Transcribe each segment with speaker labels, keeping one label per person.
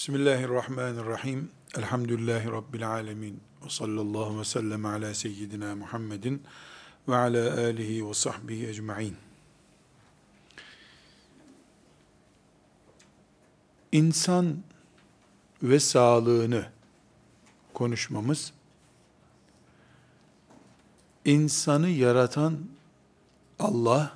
Speaker 1: Bismillahirrahmanirrahim. Elhamdülillahi Rabbil alemin. Ve sallallahu ve sellem ala seyyidina Muhammedin ve ala alihi ve sahbihi ecma'in. İnsan ve sağlığını konuşmamız, insanı yaratan Allah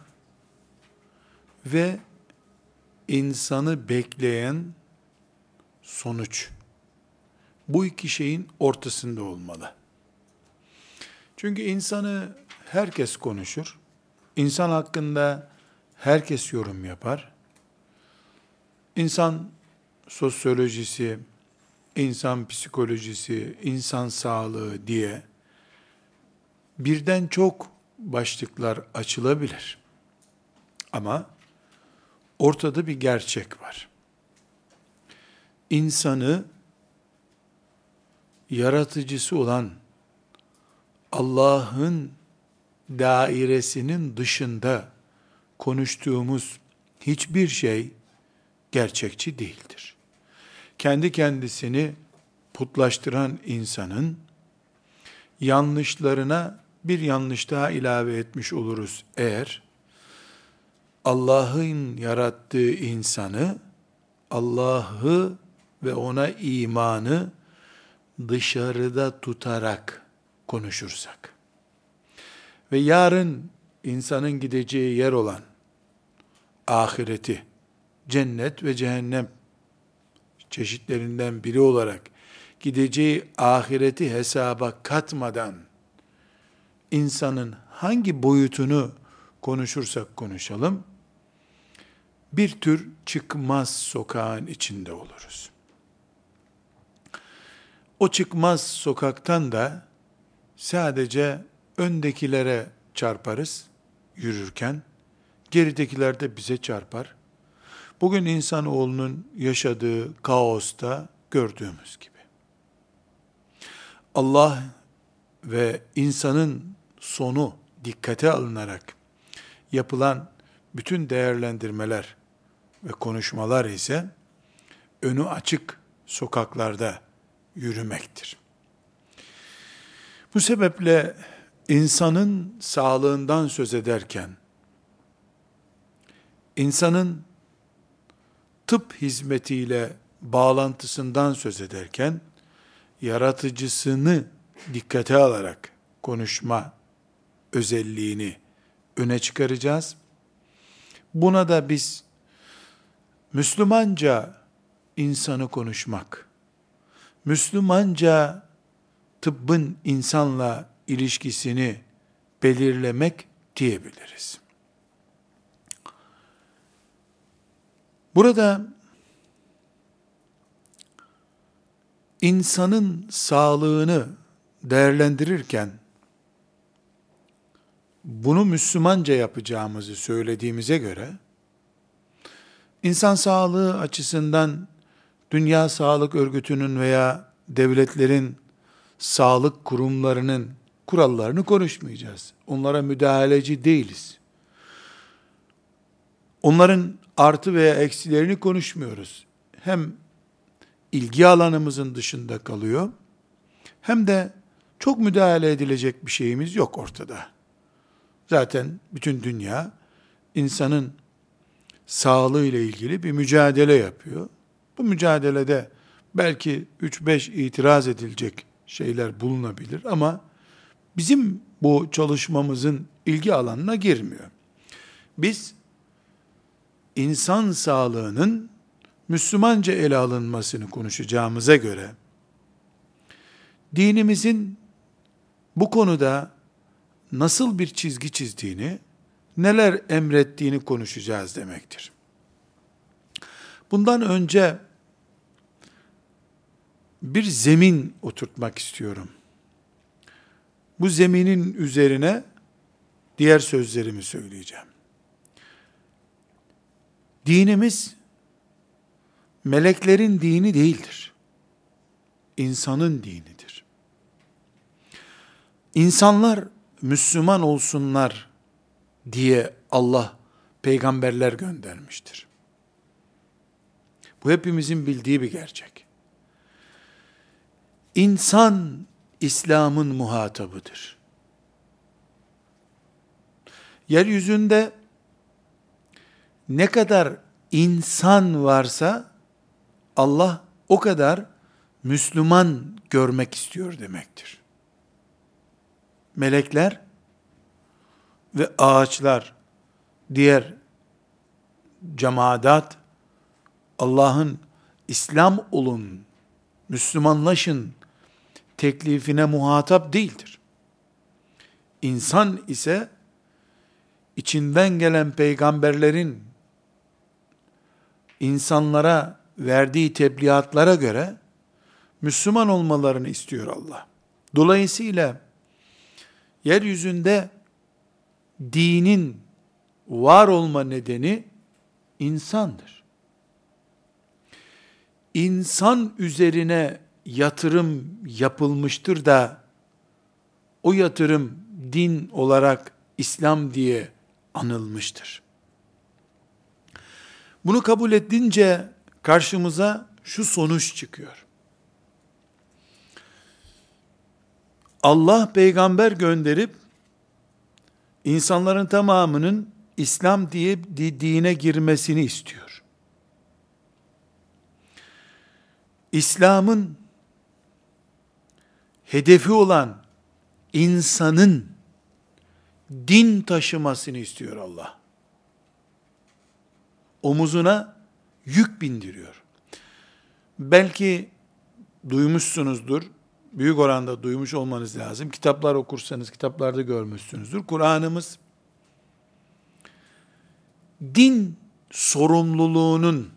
Speaker 1: ve insanı bekleyen sonuç, bu iki şeyin ortasında olmalı. Çünkü insanı herkes konuşur, insan hakkında herkes yorum yapar. İnsan sosyolojisi, insan psikolojisi, insan sağlığı diye birden çok başlıklar açılabilir. Ama ortada bir gerçek var. İnsanı yaratıcısı olan Allah'ın dairesinin dışında konuştuğumuz hiçbir şey gerçekçi değildir. Kendi kendisini putlaştıran insanın yanlışlarına bir yanlış daha ilave etmiş oluruz eğer Allah'ın yarattığı insanı, Allah'ı ve ona imanı dışarıda tutarak konuşursak ve yarın insanın gideceği yer olan ahireti, cennet ve cehennem çeşitlerinden biri olarak gideceği ahireti hesaba katmadan insanın hangi boyutunu konuşursak konuşalım, bir tür çıkmaz sokağın içinde oluruz. O çıkmaz sokaktan da sadece öndekilere çarparız yürürken, geridekiler de bize çarpar. Bugün insanoğlunun yaşadığı kaosta gördüğümüz gibi. Allah ve insanın sonu dikkate alınarak yapılan bütün değerlendirmeler ve konuşmalar ise önü açık sokaklarda yürümektir. Bu sebeple insanın sağlığından söz ederken, insanın tıp hizmetiyle bağlantısından söz ederken, yaratıcısını dikkate alarak konuşma özelliğini öne çıkaracağız. Buna da biz Müslümanca insanı konuşmak, Müslümanca tıbbın insanla ilişkisini belirlemek diyebiliriz. Burada insanın sağlığını değerlendirirken bunu Müslümanca yapacağımızı söylediğimize göre insan sağlığı açısından Dünya Sağlık Örgütü'nün veya devletlerin sağlık kurumlarının kurallarını konuşmayacağız. Onlara müdahaleci değiliz. Onların artı veya eksilerini konuşmuyoruz. Hem ilgi alanımızın dışında kalıyor, hem de çok müdahale edilecek bir şeyimiz yok ortada. Zaten bütün dünya insanın sağlığı ile ilgili bir mücadele yapıyor. Bu mücadelede belki 3-5 itiraz edilecek şeyler bulunabilir ama bizim bu çalışmamızın ilgi alanına girmiyor. Biz insan sağlığının Müslümanca ele alınmasını konuşacağımıza göre dinimizin bu konuda nasıl bir çizgi çizdiğini, neler emrettiğini konuşacağız demektir. Bundan önce bir zemin oturtmak istiyorum. Bu zeminin üzerine diğer sözlerimi söyleyeceğim. Dinimiz meleklerin dini değildir. İnsanın dinidir. İnsanlar Müslüman olsunlar diye Allah peygamberler göndermiştir. Bu hepimizin bildiği bir gerçek. İnsan, İslam'ın muhatabıdır. Yeryüzünde ne kadar insan varsa, Allah o kadar Müslüman görmek istiyor demektir. Melekler ve ağaçlar, diğer cemaat, Allah'ın İslam olun, Müslümanlaşın teklifine muhatap değildir. İnsan ise içinden gelen peygamberlerin insanlara verdiği tebliğatlara göre Müslüman olmalarını istiyor Allah. Dolayısıyla yeryüzünde dinin var olma nedeni insandır. İnsan üzerine yatırım yapılmıştır da o yatırım din olarak İslam diye anılmıştır. Bunu kabul edince karşımıza şu sonuç çıkıyor. Allah peygamber gönderip insanların tamamının İslam diye dine girmesini istiyor. İslam'ın hedefi olan insanın din taşımasını istiyor Allah. Omuzuna yük bindiriyor. Belki duymuşsunuzdur, büyük oranda duymuş olmanız lazım. Kitaplar okursanız kitaplarda görmüşsünüzdür. Kur'an'ımız din sorumluluğunun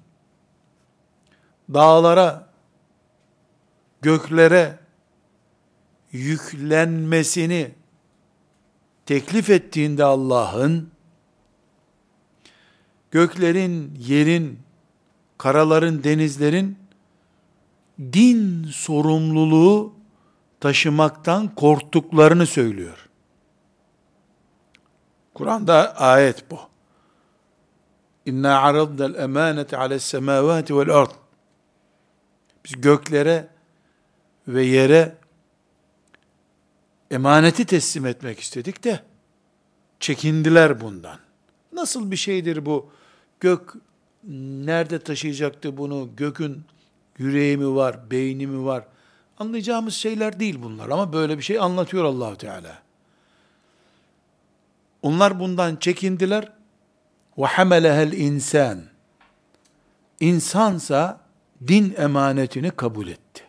Speaker 1: dağlara, göklere yüklenmesini teklif ettiğinde Allah'ın, göklerin, yerin, karaların, denizlerin din sorumluluğu taşımaktan korktuklarını söylüyor. Kur'an'da ayet bu. İnna aradna'l emanete ale's semavati vel ard. Biz göklere ve yere emaneti teslim etmek istedik de çekindiler bundan. Nasıl bir şeydir bu? Gök nerede taşıyacaktı bunu? Gökün yüreği mi var, beyni mi var? Anlayacağımız şeyler değil bunlar ama böyle bir şey anlatıyor Allah Teala. Onlar bundan çekindiler. Ve hamelehel insan. İnsansa din emanetini kabul etti.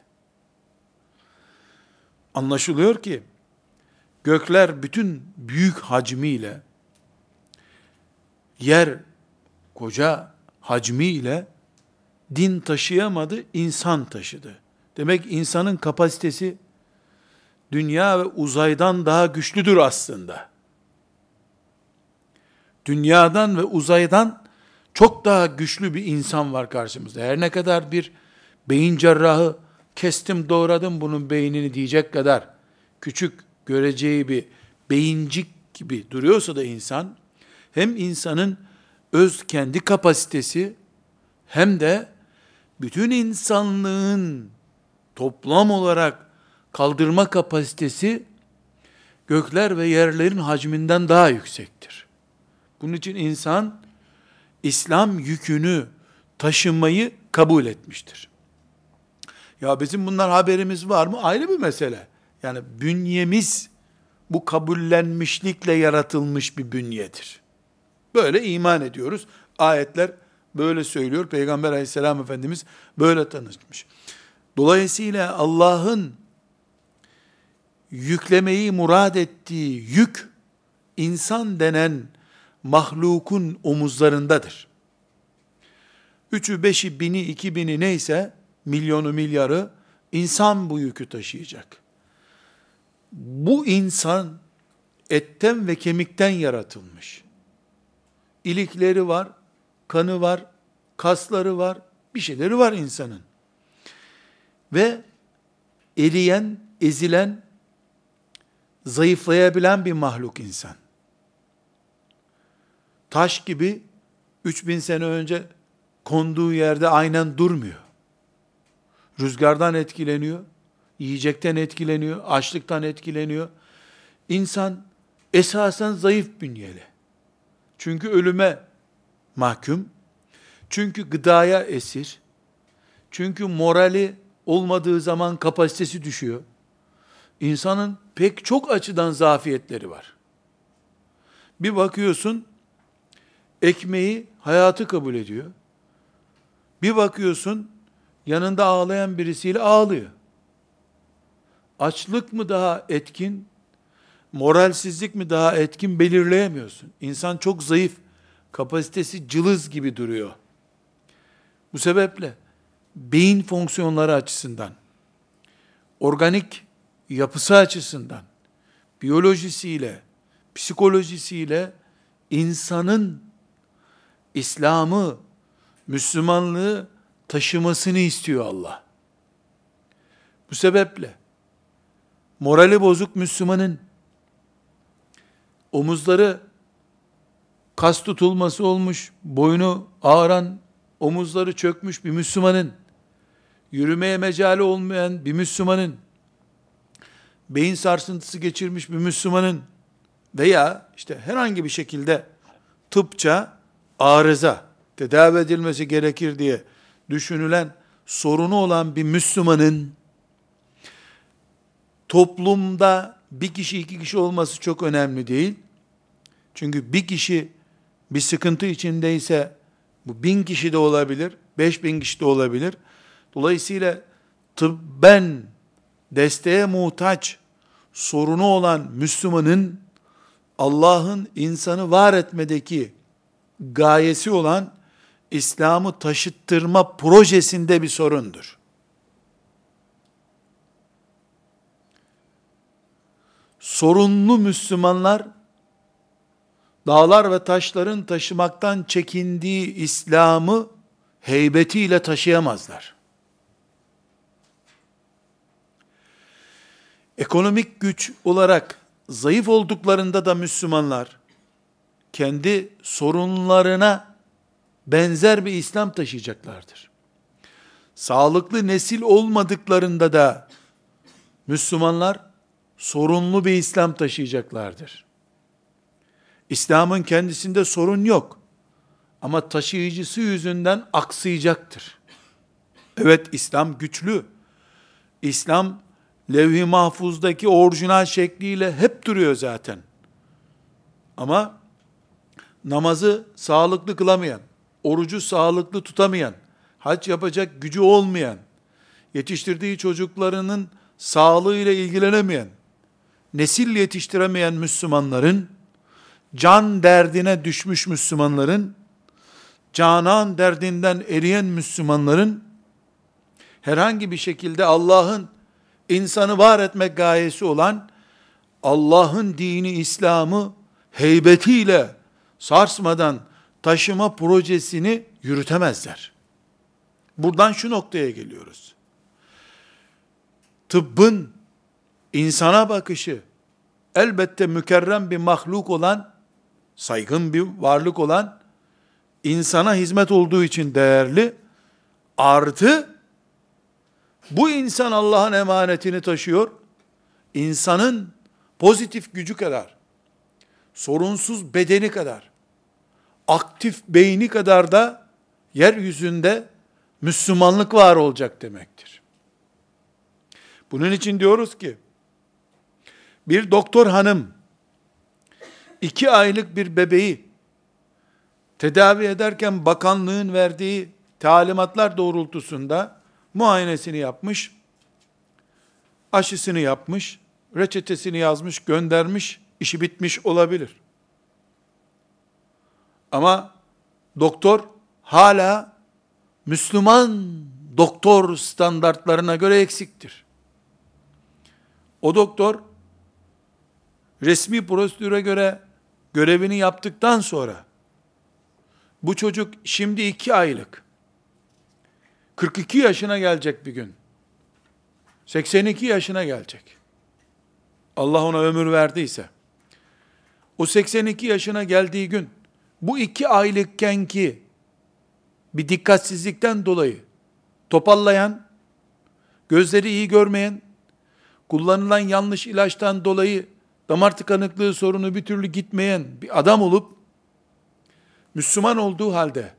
Speaker 1: Anlaşılıyor ki gökler bütün büyük hacmiyle, yer koca hacmiyle din taşıyamadı, insan taşıdı. Demek insanın kapasitesi dünya ve uzaydan daha güçlüdür aslında. Dünyadan ve uzaydan çok daha güçlü bir insan var karşımızda. Her ne kadar bir beyin cerrahı kestim doğradım bunun beynini diyecek kadar küçük göreceği bir beyincik gibi duruyorsa da insan, hem insanın öz kendi kapasitesi hem de bütün insanlığın toplam olarak kaldırma kapasitesi gökler ve yerlerin hacminden daha yüksektir. Bunun için insan İslam yükünü taşımayı kabul etmiştir. Ya bizim bundan haberimiz var mı? Ayrı bir mesele. Yani bünyemiz bu kabullenmişlikle yaratılmış bir bünyedir. Böyle iman ediyoruz. Ayetler böyle söylüyor. Peygamber aleyhisselam Efendimiz böyle tanıtmış. Dolayısıyla Allah'ın yüklemeyi murad ettiği yük, insan denen mahlukun omuzlarındadır. 3'ü, 5'i, 1000'i, 2000'i neyse, milyonu, milyarı insan bu yükü taşıyacak. Bu insan etten ve kemikten yaratılmış. İlikleri var, kanı var, kasları var, bir şeyleri var insanın. Ve eriyen, ezilen, zayıflayabilen bir mahluk insan. Taş gibi 3000 sene önce konduğu yerde aynen durmuyor. Rüzgardan etkileniyor, yiyecekten etkileniyor, açlıktan etkileniyor. İnsan esasen zayıf bünyeli. Çünkü ölüme mahkum. Çünkü gıdaya esir. Çünkü morali olmadığı zaman kapasitesi düşüyor. İnsanın pek çok açıdan zafiyetleri var. Bir bakıyorsun, ekmeği hayatı kabul ediyor. Bir bakıyorsun, yanında ağlayan birisiyle ağlıyor. Açlık mı daha etkin, moralsizlik mi daha etkin belirleyemiyorsun. İnsan çok zayıf, kapasitesi cılız gibi duruyor. Bu sebeple beyin fonksiyonları açısından, organik yapısı açısından, biyolojisiyle, psikolojisiyle insanın İslam'ı, Müslümanlığı taşımasını istiyor Allah. Bu sebeple morali bozuk Müslümanın omuzları kas tutulması olmuş, boynu ağıran, omuzları çökmüş bir Müslümanın, yürümeye mecali olmayan bir Müslümanın, beyin sarsıntısı geçirmiş bir Müslümanın veya işte herhangi bir şekilde tıpça arıza, tedavi edilmesi gerekir diye düşünülen sorunu olan bir Müslümanın toplumda bir kişi iki kişi olması çok önemli değil. Çünkü bir kişi bir sıkıntı içindeyse bu 1000 kişi de olabilir, 5000 kişi de olabilir. Dolayısıyla tıbben desteğe muhtaç sorunu olan Müslümanın Allah'ın insanı var etmedeki gayesi olan İslam'ı taşıttırma projesinde bir sorundur. Sorunlu Müslümanlar dağlar ve taşların taşımaktan çekindiği İslam'ı heybetiyle taşıyamazlar. Ekonomik güç olarak zayıf olduklarında da Müslümanlar kendi sorunlarına benzer bir İslam taşıyacaklardır. Sağlıklı nesil olmadıklarında da Müslümanlar sorunlu bir İslam taşıyacaklardır. İslam'ın kendisinde sorun yok. Ama taşıyıcısı yüzünden aksayacaktır. Evet, İslam güçlü. İslam levh-i mahfuzdaki orijinal şekliyle hep duruyor zaten. Ama namazı sağlıklı kılamayan, orucu sağlıklı tutamayan, hac yapacak gücü olmayan, yetiştirdiği çocuklarının sağlığıyla ilgilenemeyen, nesil yetiştiremeyen Müslümanların, can derdine düşmüş Müslümanların, canan derdinden eriyen Müslümanların, herhangi bir şekilde Allah'ın insanı var etmek gayesi olan Allah'ın dini İslam'ı heybetiyle sarsmadan taşıma projesini yürütemezler. Buradan şu noktaya geliyoruz. Tıbbın insana bakışı elbette mükerrem bir mahluk olan, saygın bir varlık olan, insana hizmet olduğu için değerli, artı bu insan Allah'ın emanetini taşıyor, insanın pozitif gücü kadar, sorunsuz bedeni kadar, aktif beyni kadar da yeryüzünde Müslümanlık var olacak demektir. Bunun için diyoruz ki, bir doktor hanım, 2 aylık bir bebeği tedavi ederken bakanlığın verdiği talimatlar doğrultusunda muayenesini yapmış, aşısını yapmış, reçetesini yazmış, göndermiş, işi bitmiş olabilir. Ama doktor hala Müslüman doktor standartlarına göre eksiktir. O doktor resmi prosedüre göre görevini yaptıktan sonra bu çocuk şimdi 2 aylık 42 yaşına gelecek bir gün. 82 yaşına gelecek. Allah ona ömür verdiyse. O 82 yaşına geldiği gün bu 2 aylıkken ki bir dikkatsizlikten dolayı topallayan, gözleri iyi görmeyen, kullanılan yanlış ilaçtan dolayı damar tıkanıklığı sorunu bir türlü gitmeyen bir adam olup, Müslüman olduğu halde,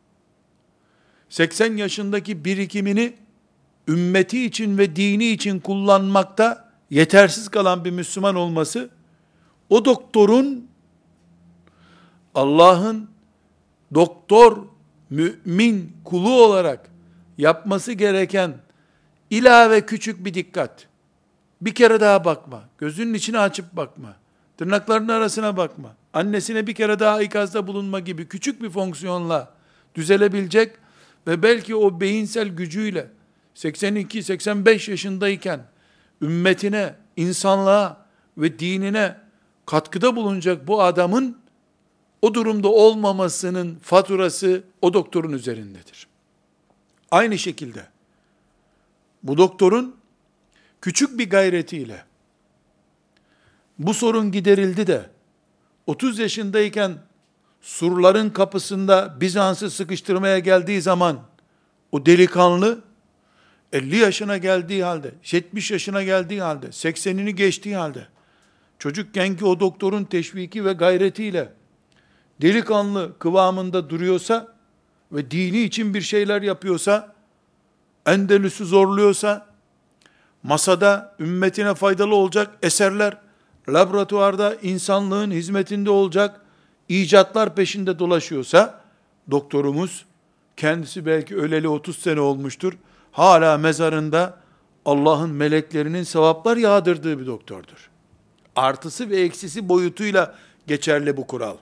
Speaker 1: 80 yaşındaki birikimini ümmeti için ve dini için kullanmakta yetersiz kalan bir Müslüman olması, o doktorun Allah'ın doktor, mümin kulu olarak yapması gereken ilave küçük bir dikkat. Bir kere daha bakma. Gözünün içine açıp bakma. Tırnaklarının arasına bakma. Annesine bir kere daha ikazda bulunma gibi küçük bir fonksiyonla düzelebilecek ve belki o beyinsel gücüyle 82-85 yaşındayken ümmetine, insanlığa ve dinine katkıda bulunacak bu adamın o durumda olmamasının faturası o doktorun üzerindedir. Aynı şekilde bu doktorun küçük bir gayretiyle bu sorun giderildi de 30 yaşındayken surların kapısında Bizans'ı sıkıştırmaya geldiği zaman o delikanlı 50 yaşına geldiği halde, 70 yaşına geldiği halde, 80'ini geçtiği halde çocukken ki o doktorun teşviki ve gayretiyle delikanlı kıvamında duruyorsa ve dini için bir şeyler yapıyorsa, Endelüs'ü zorluyorsa, masada ümmetine faydalı olacak eserler, laboratuvarda insanlığın hizmetinde olacak icatlar peşinde dolaşıyorsa, doktorumuz, kendisi belki öleli 30 sene olmuştur, hala mezarında Allah'ın meleklerinin sevaplar yağdırdığı bir doktordur. Artısı ve eksisi boyutuyla geçerli bu kural.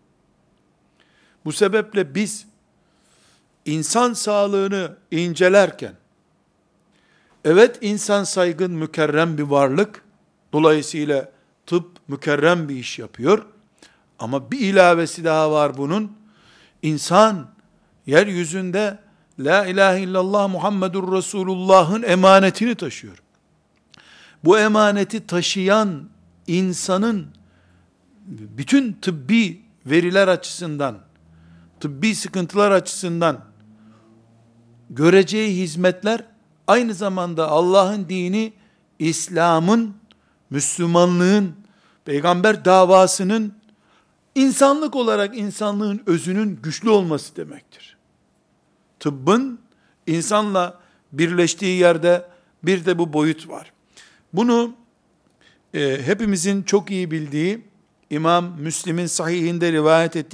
Speaker 1: Bu sebeple biz insan sağlığını incelerken, evet insan saygın, mükerrem bir varlık, dolayısıyla tıp mükerrem bir iş yapıyor, ama bir ilavesi daha var bunun, insan yeryüzünde La ilahe illallah Muhammedur Resulullah'ın emanetini taşıyor. Bu emaneti taşıyan insanın bütün tıbbi veriler açısından, tıbbi sıkıntılar açısından göreceği hizmetler, aynı zamanda Allah'ın dini, İslam'ın, Müslümanlığın, peygamber davasının, insanlık olarak insanlığın özünün güçlü olması demektir. Tıbbın insanla birleştiği yerde bir de bu boyut var. Bunu hepimizin çok iyi bildiği, İmam Müslim'in sahihinde rivayet ettiği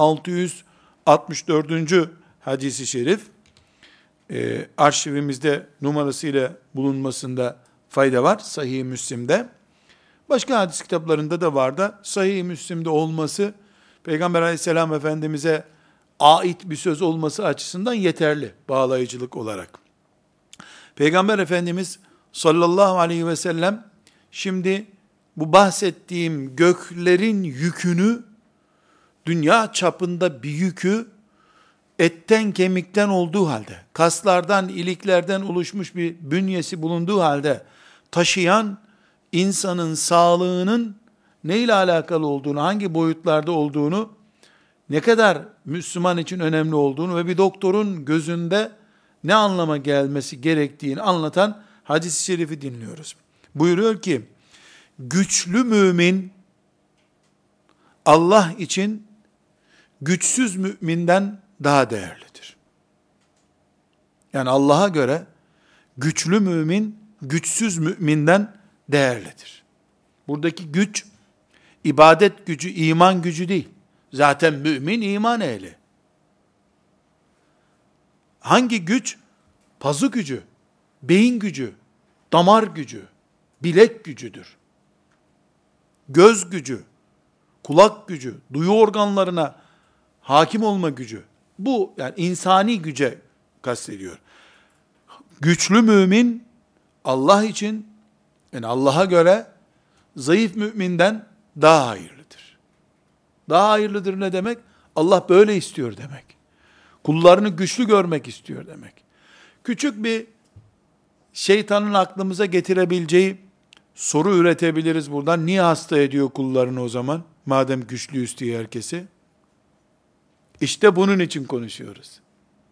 Speaker 1: 2664. hadisi şerif, arşivimizde numarasıyla bulunmasında fayda var, Sahih-i Müslim'de. Başka hadis kitaplarında da var da, Sahih-i Müslim'de olması, Peygamber aleyhisselam Efendimiz'e ait bir söz olması açısından yeterli, bağlayıcılık olarak. Peygamber Efendimiz sallallahu aleyhi ve sellem, şimdi bu bahsettiğim göklerin yükünü, dünya çapında bir yükü, etten kemikten olduğu halde, kaslardan, iliklerden oluşmuş bir bünyesi bulunduğu halde, taşıyan insanın sağlığının ne ile alakalı olduğunu, hangi boyutlarda olduğunu, ne kadar Müslüman için önemli olduğunu ve bir doktorun gözünde ne anlama gelmesi gerektiğini anlatan hadis-i şerifi dinliyoruz. Buyuruyor ki, güçlü mümin, Allah için güçsüz müminden daha değerlidir. Yani Allah'a göre güçlü mümin, güçsüz müminden değerlidir. Buradaki güç, ibadet gücü, iman gücü değil. Zaten mümin iman ehli. Hangi güç? Pazu gücü, beyin gücü, damar gücü, bilek gücüdür. Göz gücü, kulak gücü, duyu organlarına hakim olma gücü. Bu yani insani güce kastediyor. Güçlü mümin Allah için, yani Allah'a göre zayıf müminden daha hayırlıdır. Daha hayırlıdır ne demek? Allah böyle istiyor demek. Kullarını güçlü görmek istiyor demek. Küçük bir şeytanın aklımıza getirebileceği soru üretebiliriz buradan. Niye hasta ediyor kullarını o zaman? Madem güçlüyüz diye herkesi. İşte bunun için konuşuyoruz.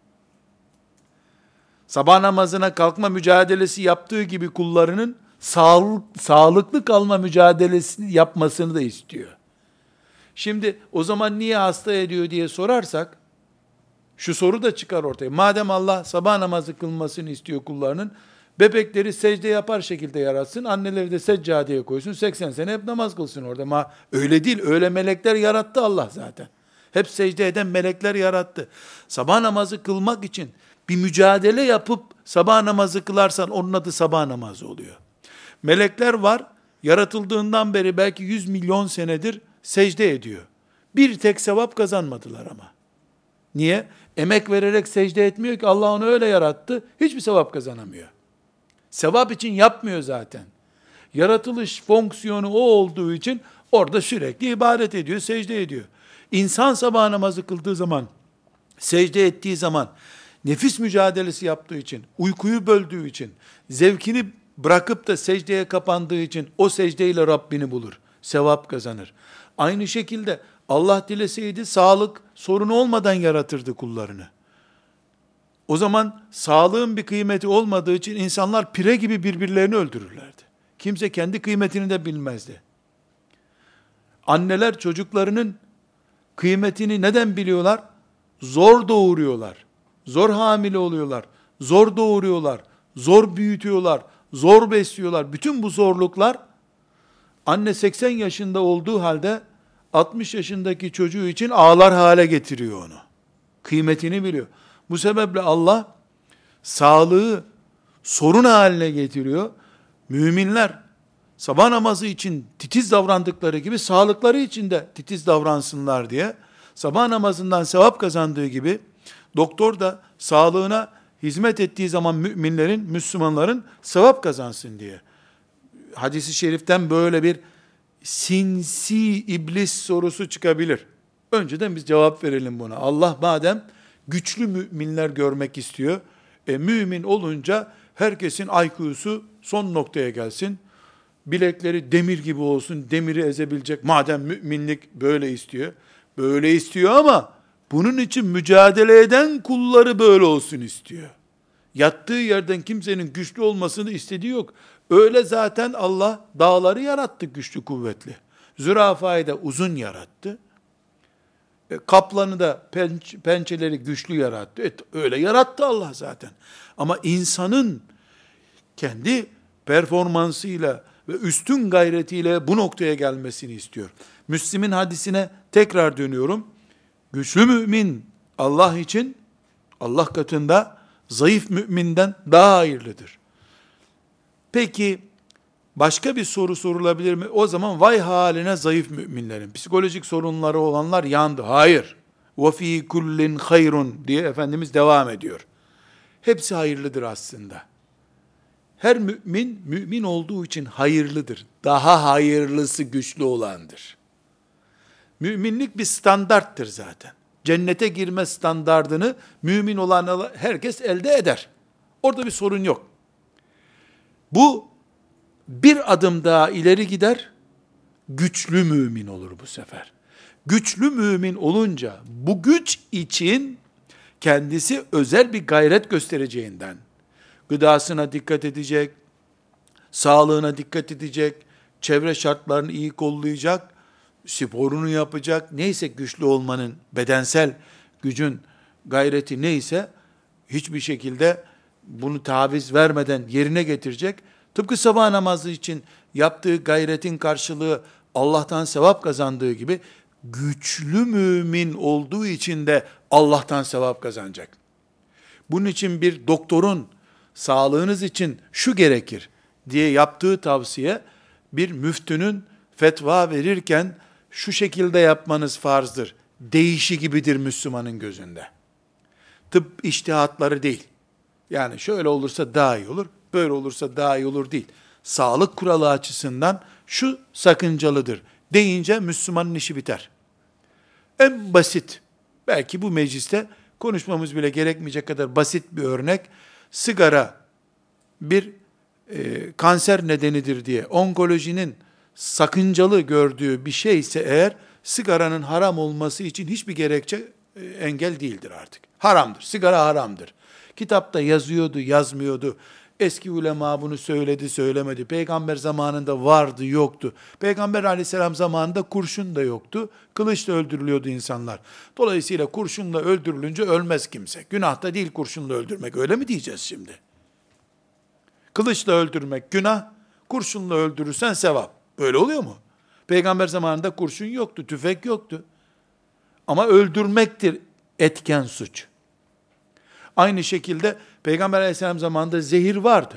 Speaker 1: sabah namazına kalkma mücadelesi yaptığı gibi kullarının sağlıklı kalma mücadelesini yapmasını da istiyor. Şimdi o zaman niye hasta ediyor diye sorarsak, şu soru da çıkar ortaya. Madem Allah sabah namazı kılmasını istiyor kullarının, bebekleri secde yapar şekilde yaratsın, anneleri de seccadeye koysun, 80 sene hep namaz kılsın orada. Ama öyle değil, öyle melekler yarattı Allah zaten. Hep secde eden melekler yarattı. Sabah namazı kılmak için bir mücadele yapıp sabah namazı kılarsan onun adı sabah namazı oluyor. Melekler var, yaratıldığından beri belki 100 milyon senedir secde ediyor. Bir tek sevap kazanmadılar ama. Niye? Emek vererek secde etmiyor ki, Allah onu öyle yarattı, hiçbir sevap kazanamıyor. Sevap için yapmıyor zaten. Yaratılış fonksiyonu o olduğu için orada sürekli ibadet ediyor, secde ediyor. İnsan sabah namazı kıldığı zaman, secde ettiği zaman, nefis mücadelesi yaptığı için, uykuyu böldüğü için, zevkini bırakıp da secdeye kapandığı için o secdeyle Rabbini bulur, sevap kazanır. Aynı şekilde Allah dileseydi sağlık sorunu olmadan yaratırdı kullarını. O zaman sağlığın bir kıymeti olmadığı için insanlar pire gibi birbirlerini öldürürlerdi. Kimse kendi kıymetini de bilmezdi. Anneler çocuklarının kıymetini neden biliyorlar? Zor doğuruyorlar. Zor hamile oluyorlar. Zor doğuruyorlar. Zor büyütüyorlar. Zor besliyorlar. Bütün bu zorluklar anne 80 yaşında olduğu halde 60 yaşındaki çocuğu için ağlar hale getiriyor onu. Kıymetini biliyor. Bu sebeple Allah sağlığı sorun haline getiriyor. Müminler sabah namazı için titiz davrandıkları gibi sağlıkları için de titiz davransınlar diye, sabah namazından sevap kazandığı gibi doktor da sağlığına hizmet ettiği zaman müminlerin, Müslümanların sevap kazansın diye. Hadis-i şeriften böyle bir sinsi iblis sorusu çıkabilir. Önceden biz cevap verelim buna. Allah madem güçlü müminler görmek istiyor, mümin olunca herkesin IQ'su son noktaya gelsin, bilekleri demir gibi olsun, demiri ezebilecek, madem müminlik böyle istiyor, böyle istiyor ama bunun için mücadele eden kulları böyle olsun istiyor. Yattığı yerden kimsenin güçlü olmasını istediği yok. Öyle zaten Allah dağları yarattı güçlü kuvvetli. Zürafayı da uzun yarattı. Kaplanı da pençeleri güçlü yarattı. Öyle yarattı Allah zaten. Ama insanın kendi performansıyla ve üstün gayretiyle bu noktaya gelmesini istiyor. Müslim'in hadisine tekrar dönüyorum. Güçlü mümin Allah için, Allah katında zayıf müminden daha hayırlıdır. Peki başka bir soru sorulabilir mi? O zaman vay haline zayıf müminlerin. Psikolojik sorunları olanlar yandı. Hayır. وَفِي kullin hayrun diye Efendimiz devam ediyor. Hepsi hayırlıdır aslında. Her mümin, mümin olduğu için hayırlıdır. Daha hayırlısı güçlü olandır. Müminlik bir standarttır zaten. Cennete girme standardını mümin olan herkes elde eder. Orada bir sorun yok. Bu bir adım daha ileri gider, güçlü mümin olur bu sefer. Güçlü mümin olunca bu güç için kendisi özel bir gayret göstereceğinden, gıdasına dikkat edecek, sağlığına dikkat edecek, çevre şartlarını iyi kollayacak, sporunu yapacak, neyse güçlü olmanın, bedensel gücün gayreti neyse, hiçbir şekilde bunu taviz vermeden yerine getirecek. Tıpkı sabah namazı için yaptığı gayretin karşılığı Allah'tan sevap kazandığı gibi, güçlü mümin olduğu için de Allah'tan sevap kazanacak. Bunun için bir doktorun sağlığınız için şu gerekir diye yaptığı tavsiye, bir müftünün fetva verirken şu şekilde yapmanız farzdır deyişi gibidir Müslümanın gözünde. Tıp içtihatları değil. Yani şöyle olursa daha iyi olur, böyle olursa daha iyi olur değil. Sağlık kuralı açısından şu sakıncalıdır deyince Müslümanın işi biter. En basit, belki bu mecliste konuşmamız bile gerekmeyecek kadar basit bir örnek, sigara bir kanser nedenidir diye onkolojinin sakıncalı gördüğü bir şeyse eğer, sigaranın haram olması için hiçbir gerekçe engel değildir artık. Haramdır, sigara haramdır. Kitapta yazıyordu, yazmıyordu. Eski ulema bunu söyledi, söylemedi. Peygamber zamanında vardı, yoktu. Peygamber aleyhisselam zamanında kurşun da yoktu. Kılıçla öldürülüyordu insanlar. Dolayısıyla kurşunla öldürülünce ölmez kimse. Günah da değil kurşunla öldürmek. Öyle mi diyeceğiz şimdi? Kılıçla öldürmek günah, kurşunla öldürürsen sevap. Böyle oluyor mu? Peygamber zamanında kurşun yoktu, tüfek yoktu. Ama öldürmektir etken suç. Aynı şekilde Peygamber aleyhisselam zamanında zehir vardı.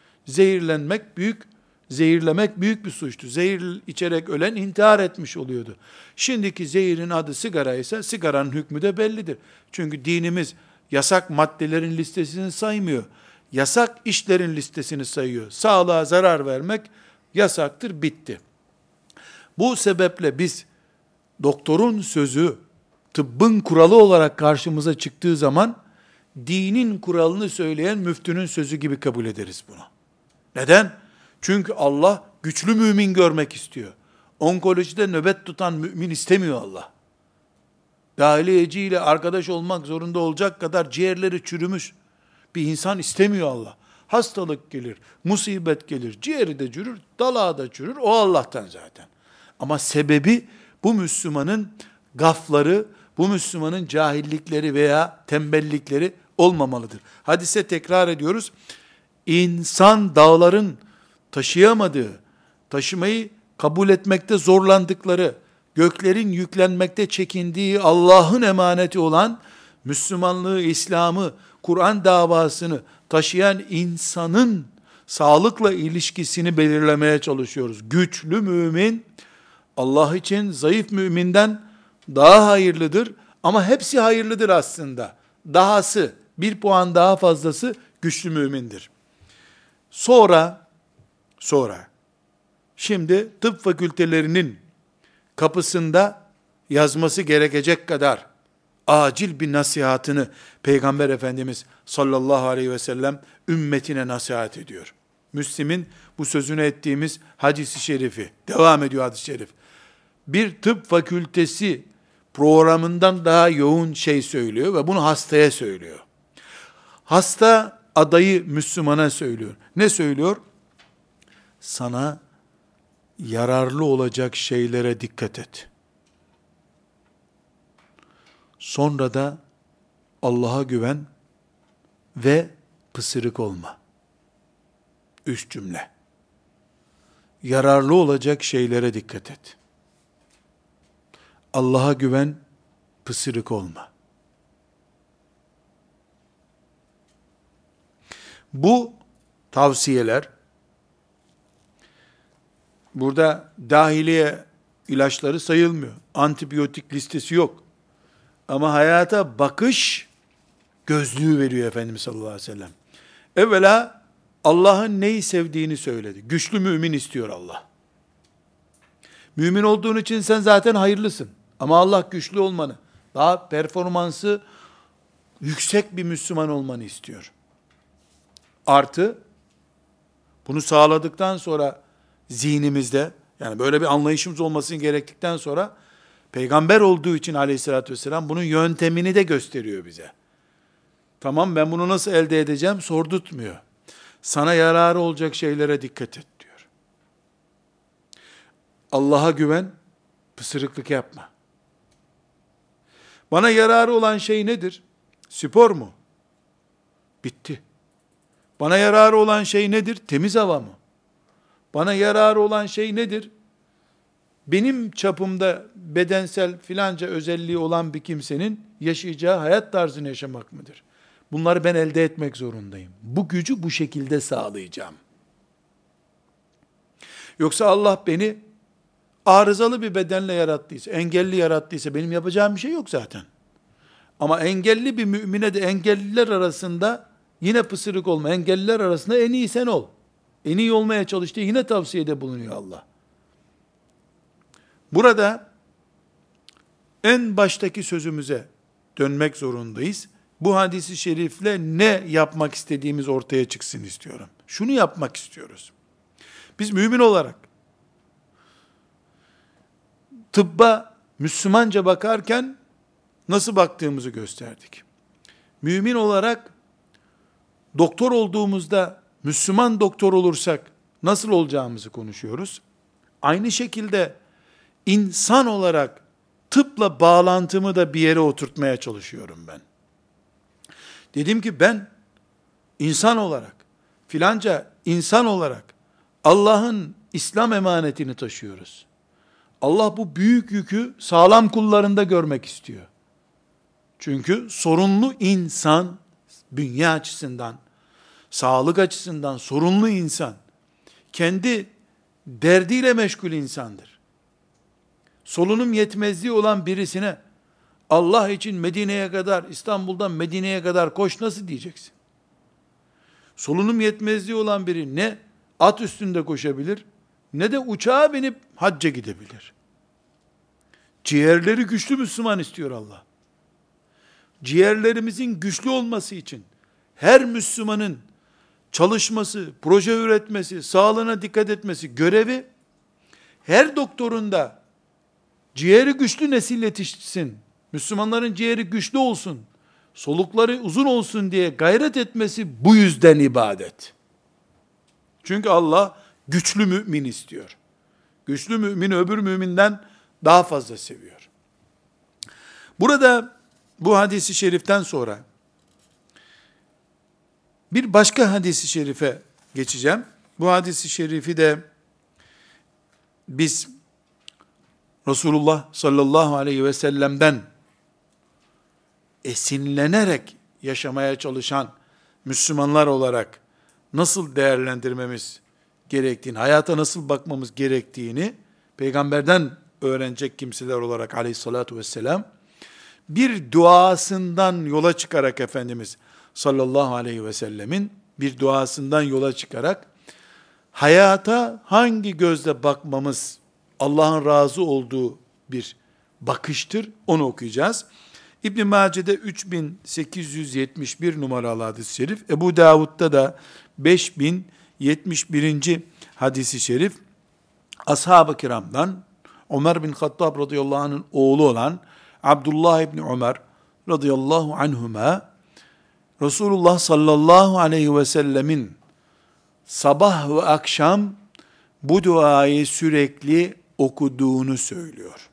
Speaker 1: Zehirlemek büyük bir suçtu. Zehir içerek ölen intihar etmiş oluyordu. Şimdiki zehirin adı sigara ise sigaranın hükmü de bellidir. Çünkü dinimiz yasak maddelerin listesini saymıyor. Yasak işlerin listesini sayıyor. Sağlığa zarar vermek yasaktır, bitti. Bu sebeple biz doktorun sözü tıbbın kuralı olarak karşımıza çıktığı zaman dinin kuralını söyleyen müftünün sözü gibi kabul ederiz bunu. Neden? Çünkü Allah güçlü mümin görmek istiyor. Onkolojide nöbet tutan mümin istemiyor Allah. Dahiliyeciyle arkadaş olmak zorunda olacak kadar ciğerleri çürümüş bir insan istemiyor Allah. Hastalık gelir, musibet gelir, ciğeri de çürür, dalağı da çürür, o Allah'tan zaten. Ama sebebi bu Müslümanın gafları, bu Müslümanın cahillikleri veya tembellikleri olmamalıdır. Hadise tekrar ediyoruz. İnsan dağların taşıyamadığı, taşımayı kabul etmekte zorlandıkları, göklerin yüklenmekte çekindiği Allah'ın emaneti olan Müslümanlığı, İslam'ı, Kur'an davasını taşıyan insanın sağlıkla ilişkisini belirlemeye çalışıyoruz. Güçlü mümin, Allah için zayıf müminden daha hayırlıdır ama hepsi hayırlıdır aslında. Dahası, bir puan daha fazlası güçlü mümindir. Sonra, şimdi tıp fakültelerinin kapısında yazması gerekecek kadar acil bir nasihatını Peygamber Efendimiz sallallahu aleyhi ve sellem ümmetine nasihat ediyor. Müslim'in bu sözünü ettiğimiz hadis-i şerifi, devam ediyor hadis-i şerif. Bir tıp fakültesi programından daha yoğun şey söylüyor ve bunu hastaya söylüyor. Hasta adayı Müslümana söylüyor. Ne söylüyor? Sana yararlı olacak şeylere dikkat et. Sonra da Allah'a güven ve pısırık olma. Üç cümle. Yararlı olacak şeylere dikkat et. Allah'a güven, pısırık olma. Bu tavsiyeler, burada dahiliye ilaçları sayılmıyor. Antibiyotik listesi yok. Ama hayata bakış gözlüğü veriyor Efendimiz sallallahu aleyhi ve sellem. Evvela Allah'ın neyi sevdiğini söyledi. Güçlü mümin istiyor Allah. Mümin olduğun için sen zaten hayırlısın. Ama Allah güçlü olmanı, daha performansı yüksek bir Müslüman olmanı istiyor. Artı, bunu sağladıktan sonra zihnimizde, yani böyle bir anlayışımız olması gerektikten sonra, Peygamber olduğu için aleyhissalatü vesselam bunun yöntemini de gösteriyor bize. Tamam, ben bunu nasıl elde edeceğim sordurtmuyor. Sana yararı olacak şeylere dikkat et diyor. Allah'a güven, pısırıklık yapma. Bana yararı olan şey nedir? Spor mu? Bitti. Bana yararı olan şey nedir? Temiz hava mı? Bana yararı olan şey nedir? Benim çapımda bedensel filanca özelliği olan bir kimsenin yaşayacağı hayat tarzını yaşamak mıdır? Bunları ben elde etmek zorundayım. Bu gücü bu şekilde sağlayacağım. Yoksa Allah beni arızalı bir bedenle yarattıysa, engelli yarattıysa benim yapacağım bir şey yok zaten. Ama engelli bir mümine de engelliler arasında yine pısırık olma. Engelliler arasında en iyi sen ol. En iyi olmaya çalıştığı yine tavsiyede bulunuyor Allah. Burada en baştaki sözümüze dönmek zorundayız. Bu hadisi şerifle ne yapmak istediğimiz ortaya çıksın istiyorum. Şunu yapmak istiyoruz. Biz mümin olarak tıbba Müslümanca bakarken nasıl baktığımızı gösterdik. Mümin olarak doktor olduğumuzda, Müslüman doktor olursak nasıl olacağımızı konuşuyoruz. Aynı şekilde insan olarak tıpla bağlantımı da bir yere oturtmaya çalışıyorum ben. Dedim ki ben insan olarak, filanca insan olarak Allah'ın İslam emanetini taşıyoruz. Allah bu büyük yükü sağlam kullarında görmek istiyor. Çünkü sorunlu insan, dünya açısından, sağlık açısından sorunlu insan, kendi derdiyle meşgul insandır. Solunum yetmezliği olan birisine, Allah için Medine'ye kadar, İstanbul'dan Medine'ye kadar koş nasıl diyeceksin? Solunum yetmezliği olan biri ne at üstünde koşabilir, ne de uçağa binip hacca gidebilir. Ciğerleri güçlü Müslüman istiyor Allah. Ciğerlerimizin güçlü olması için her Müslümanın çalışması, proje üretmesi, sağlığına dikkat etmesi görevi, her doktorun da ciğeri güçlü nesil yetişsin, Müslümanların ciğeri güçlü olsun, solukları uzun olsun diye gayret etmesi bu yüzden ibadet. Çünkü Allah güçlü mümin istiyor. Güçlü mümin öbür müminden daha fazla seviyor. Burada bu hadisi şeriften sonra bir başka hadisi şerife geçeceğim. Bu hadisi şerifi de biz Resulullah sallallahu aleyhi ve sellem'den esinlenerek yaşamaya çalışan Müslümanlar olarak nasıl değerlendirmemiz gerektiğini, hayata nasıl bakmamız gerektiğini peygamberden öğrenecek kimseler olarak aleyhissalatu vesselam bir duasından yola çıkarak Efendimiz sallallahu aleyhi ve sellemin bir duasından yola çıkarak hayata hangi gözle bakmamız Allah'ın razı olduğu bir bakıştır, onu okuyacağız. İbn-i Mace'de 3871 numaralı hadis-i şerif, Ebu Davud'da da 5071. hadis-i şerif, ashab-ı kiramdan Ömer bin Hattab radıyallahu anh'ın oğlu olan Abdullah İbni Ömer radıyallahu anhuma, Resulullah sallallahu aleyhi ve sellemin sabah ve akşam bu duayı sürekli okuduğunu söylüyor.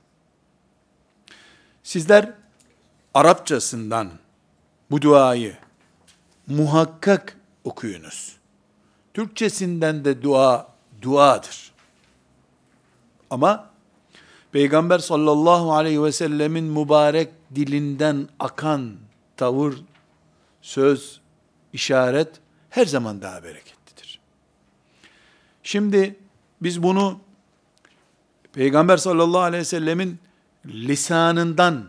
Speaker 1: Sizler Arapçasından bu duayı muhakkak okuyunuz. Türkçesinden de dua duadır. Ama Peygamber sallallahu aleyhi ve sellemin mübarek dilinden akan tavır, söz, işaret her zaman daha bereketlidir. Şimdi biz bunu Peygamber sallallahu aleyhi ve sellemin lisanından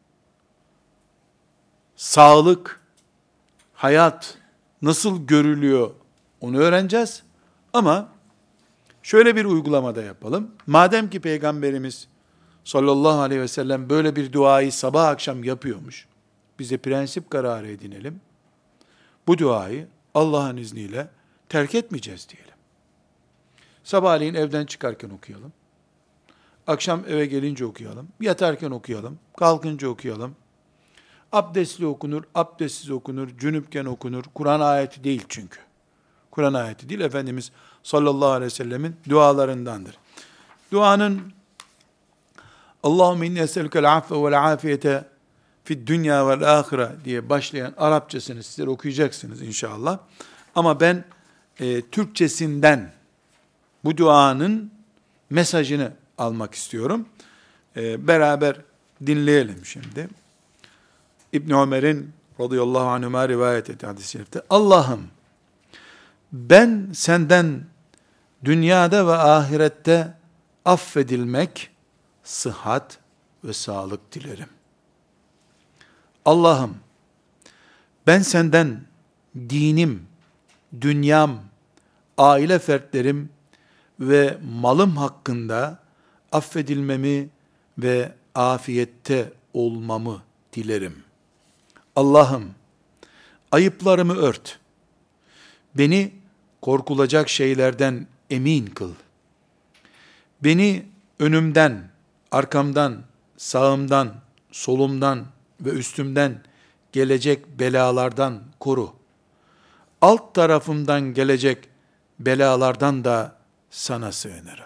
Speaker 1: sağlık, hayat nasıl görülüyor onu öğreneceğiz. Ama şöyle bir uygulamada yapalım. Madem ki Peygamberimiz sallallahu aleyhi ve sellem böyle bir duayı sabah akşam yapıyormuş, bize prensip kararı edinelim. Bu duayı Allah'ın izniyle terk etmeyeceğiz diyelim. Sabahleyin evden çıkarken okuyalım. Akşam eve gelince okuyalım. Yatarken okuyalım. Kalkınca okuyalım. Abdestli okunur, abdestsiz okunur, cünüpken okunur. Kur'an ayeti değil çünkü. Kur'an ayeti değil, Efendimiz sallallahu aleyhi ve sellemin dualarındandır. Duanın Allahümme inni eselükel affe vel afiyete fid dünya vel ahire diye başlayan Arapçasını sizler okuyacaksınız inşallah. Ama ben Türkçesinden bu duanın mesajını almak istiyorum. Beraber dinleyelim şimdi. İbn Ömer'in radıyallahu anhuma rivayet etti hadis-i şerifte. Allah'ım ben senden dünyada ve ahirette affedilmek, sıhhat ve sağlık dilerim. Allah'ım ben senden dinim, dünyam, aile fertlerim ve malım hakkında affedilmemi ve afiyette olmamı dilerim. Allah'ım ayıplarımı ört. Beni korkulacak şeylerden emin kıl. Beni önümden, arkamdan, sağımdan, solumdan ve üstümden gelecek belalardan koru. alt tarafımdan gelecek belalardan da sana sığınırım.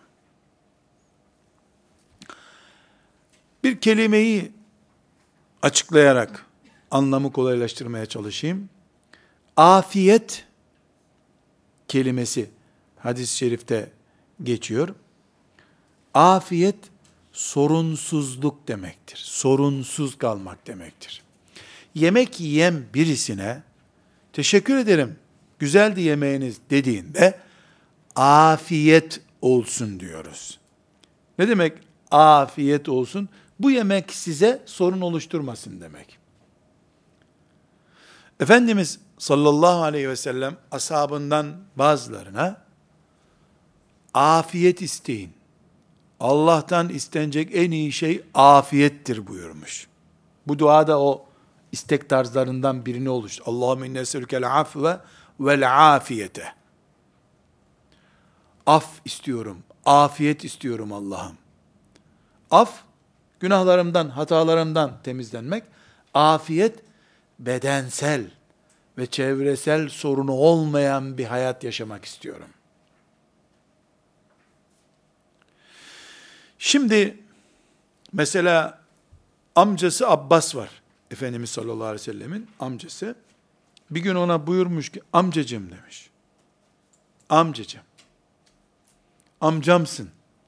Speaker 1: Bir kelimeyi açıklayarak anlamı kolaylaştırmaya çalışayım. Afiyet kelimesi hadis-i şerifte geçiyor. Afiyet sorunsuzluk demektir. Sorunsuz kalmak demektir. Yemek yiyen birisine teşekkür ederim, güzeldi yemeğiniz dediğinde afiyet olsun diyoruz. Ne demek afiyet olsun? Bu yemek size sorun oluşturmasın demek. Efendimiz sallallahu aleyhi ve sellem ashabından bazılarına afiyet isteyin. Allah'tan istenecek en iyi şey afiyettir buyurmuş. Bu dua da o istek tarzlarından birini oluştu. Allahümme inne es'elükel afve vel afiyete. Af istiyorum, afiyet istiyorum Allah'ım. Af, günahlarımdan, hatalarımdan temizlenmek. Afiyet, bedensel ve çevresel sorunu olmayan bir hayat yaşamak istiyorum. Şimdi, mesela amcası Abbas var. Efendimiz sallallahu aleyhi ve sellemin amcası. Bir gün ona buyurmuş ki, amcacığım demiş. Amcacığım, amcamsın.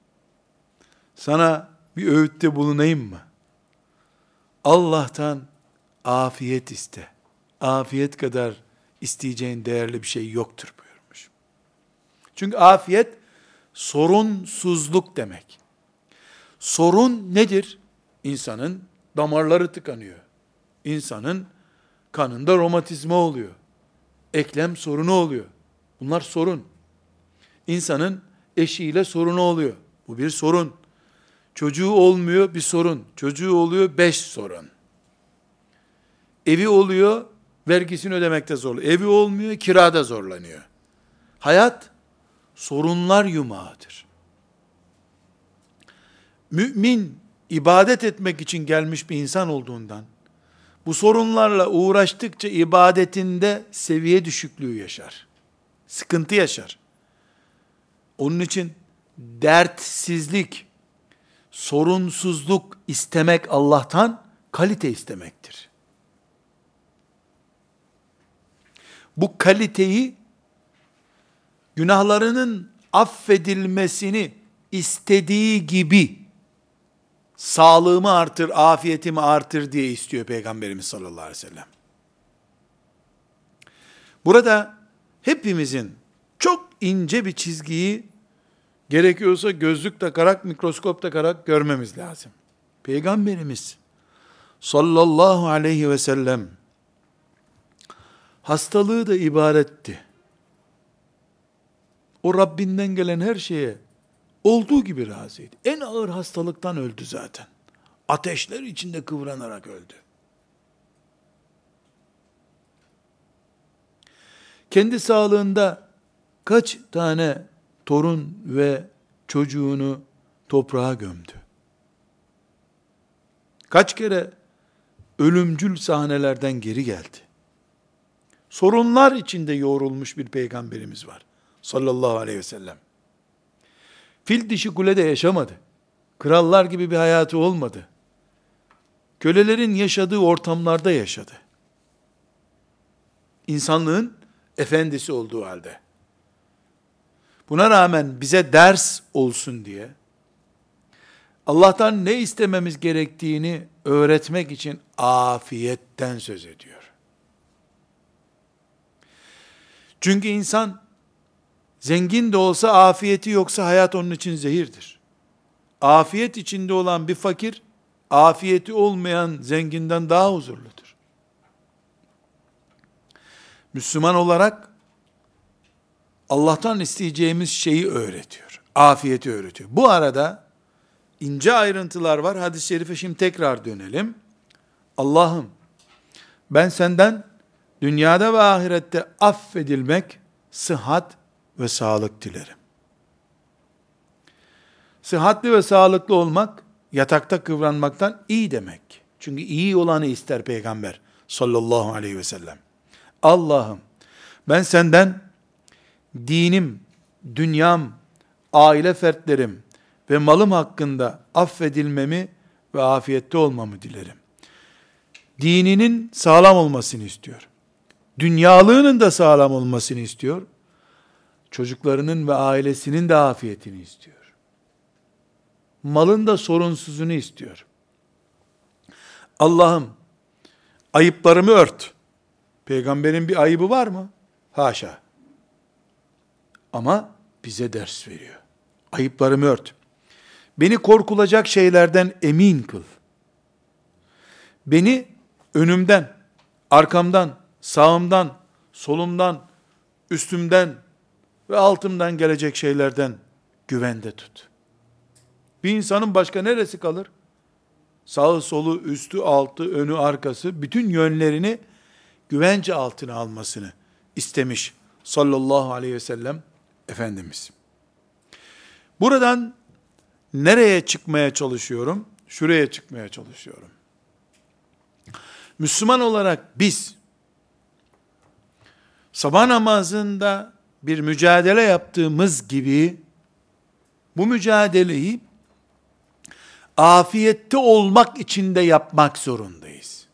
Speaker 1: Sana bir öğütte bulunayım mı? Allah'tan afiyet iste. Afiyet kadar isteyeceğin değerli bir şey yoktur buyurmuş. Çünkü afiyet sorunsuzluk demek. Sorun nedir? İnsanın damarları tıkanıyor. İnsanın kanında romatizma oluyor. Eklem sorunu oluyor. Bunlar sorun. İnsanın eşiyle sorunu oluyor. Bu bir sorun. Çocuğu olmuyor, bir sorun. Çocuğu oluyor, 5 sorun. Evi oluyor, vergisini ödemekte zorlanıyor. Evi olmuyor, kirada zorlanıyor. Hayat sorunlar yumağıdır. Mümin ibadet etmek için gelmiş bir insan olduğundan bu sorunlarla uğraştıkça ibadetinde seviye düşüklüğü yaşar. Sıkıntı yaşar. Onun için dertsizlik, sorunsuzluk istemek Allah'tan kalite istemektir. Bu kaliteyi günahlarının affedilmesini istediği gibi sağlığımı artır, afiyetimi artır diye istiyor Peygamberimiz sallallahu aleyhi ve sellem. Burada hepimizin çok ince bir çizgiyi gerekiyorsa gözlük takarak, mikroskop takarak görmemiz lazım. Peygamberimiz sallallahu aleyhi ve sellem hastalığı da ibaretti. O Rabbinden gelen her şeye olduğu gibi razıydı. En ağır hastalıktan öldü zaten. Ateşler içinde kıvranarak öldü. Kendi sağlığında kaç tane torun ve çocuğunu toprağa gömdü. Kaç kere ölümcül sahnelerden geri geldi. Sorunlar içinde yoğrulmuş bir peygamberimiz var. Sallallahu aleyhi ve sellem. Fil dişi kulede yaşamadı. Krallar gibi bir hayatı olmadı. Kölelerin yaşadığı ortamlarda yaşadı. İnsanlığın efendisi olduğu halde. Buna rağmen bize ders olsun diye, Allah'tan ne istememiz gerektiğini öğretmek için afiyetten söz ediyor. Çünkü insan, zengin de olsa afiyeti yoksa hayat onun için zehirdir. Afiyet içinde olan bir fakir, afiyeti olmayan zenginden daha huzurludur. Müslüman olarak, Allah'tan isteyeceğimiz şeyi öğretiyor. Afiyeti öğretiyor. Bu arada ince ayrıntılar var. Hadis-i şerife şimdi tekrar dönelim. Allah'ım ben senden dünyada ve ahirette affedilmek, sıhhat ve sağlık dilerim. Sıhhatli ve sağlıklı olmak, yatakta kıvranmaktan iyi demek. Çünkü iyi olanı ister Peygamber sallallahu aleyhi ve sellem. Allah'ım Ben senden dinim, dünyam, aile fertlerim ve malım hakkında affedilmemi ve afiyette olmamı dilerim. Dininin sağlam olmasını istiyor. Dünyalığının da sağlam olmasını istiyor. Çocuklarının ve ailesinin de afiyetini istiyor. Malın da sorunsuzunu istiyor. Allah'ım ayıplarımı ört. Peygamberin bir ayıbı var mı? Haşa. Ama bize ders veriyor. Ayıplarımı ört. Beni korkulacak şeylerden emin kıl. Beni önümden, arkamdan, sağımdan, solumdan, üstümden ve altımdan gelecek şeylerden güvende tut. Bir insanın başka neresi kalır? Sağı, solu, üstü, altı, önü, arkası, bütün yönlerini güvence altına almasını istemiş sallallahu aleyhi ve sellem Efendimiz. Buradan nereye çıkmaya çalışıyorum? Şuraya çıkmaya çalışıyorum. Müslüman olarak biz sabah namazında bir mücadele yaptığımız gibi bu mücadeleyi afiyette olmak için de yapmak zorundayız.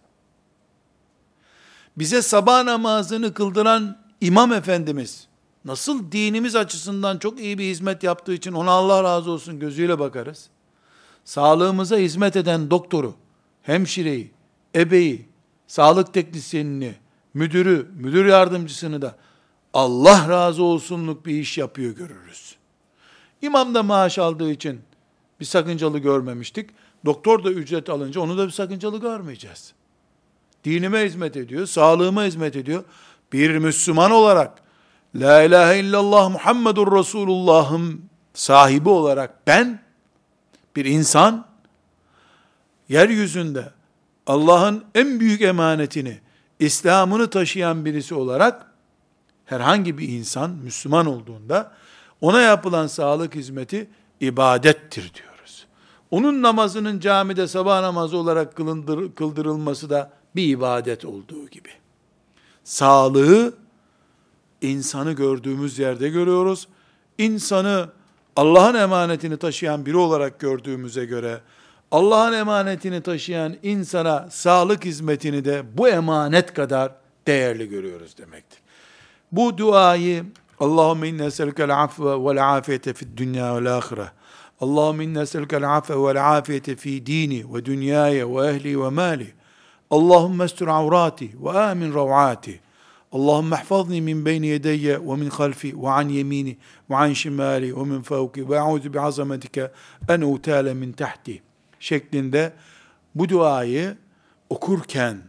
Speaker 1: Bize sabah namazını kıldıran İmam Efendimiz nasıl dinimiz açısından çok iyi bir hizmet yaptığı için ona Allah razı olsun gözüyle bakarız. Sağlığımıza hizmet eden doktoru, hemşireyi, ebeyi, sağlık teknisyenini, müdürü, müdür yardımcısını da Allah razı olsunluk bir iş yapıyor görürüz. İmam da maaş aldığı için bir sakıncalı görmemiştik. Doktor da ücret alınca onu da bir sakıncalı görmeyeceğiz. Dinime hizmet ediyor, sağlığıma hizmet ediyor. Bir Müslüman olarak La ilahe illallah Muhammedur Resulullah'ın sahibi olarak ben bir insan yeryüzünde Allah'ın en büyük emanetini, İslam'ını taşıyan birisi olarak herhangi bir insan Müslüman olduğunda ona yapılan sağlık hizmeti ibadettir diyoruz. Onun namazının camide sabah namazı olarak kıldırılması da bir ibadet olduğu gibi. Sağlığı insanı gördüğümüz yerde görüyoruz. İnsanı Allah'ın emanetini taşıyan biri olarak gördüğümüze göre Allah'ın emanetini taşıyan insana sağlık hizmetini de bu emanet kadar değerli görüyoruz demektir. Bu duayı Allahümme inne eselükel afve vel afiyete fid dünya vel ahire. Allahümme inne eselükel afve vel afiyete fi dini ve dünyaya ve ehli ve mali. Allahümme estur avrati ve amin ravati. Allahümme ihfazni min beyni yedeyye ve min halfi ve an yemini ve an şimali ve min fevki ve a'udhu bi azametike en utale min tahti şeklinde bu duayı okurken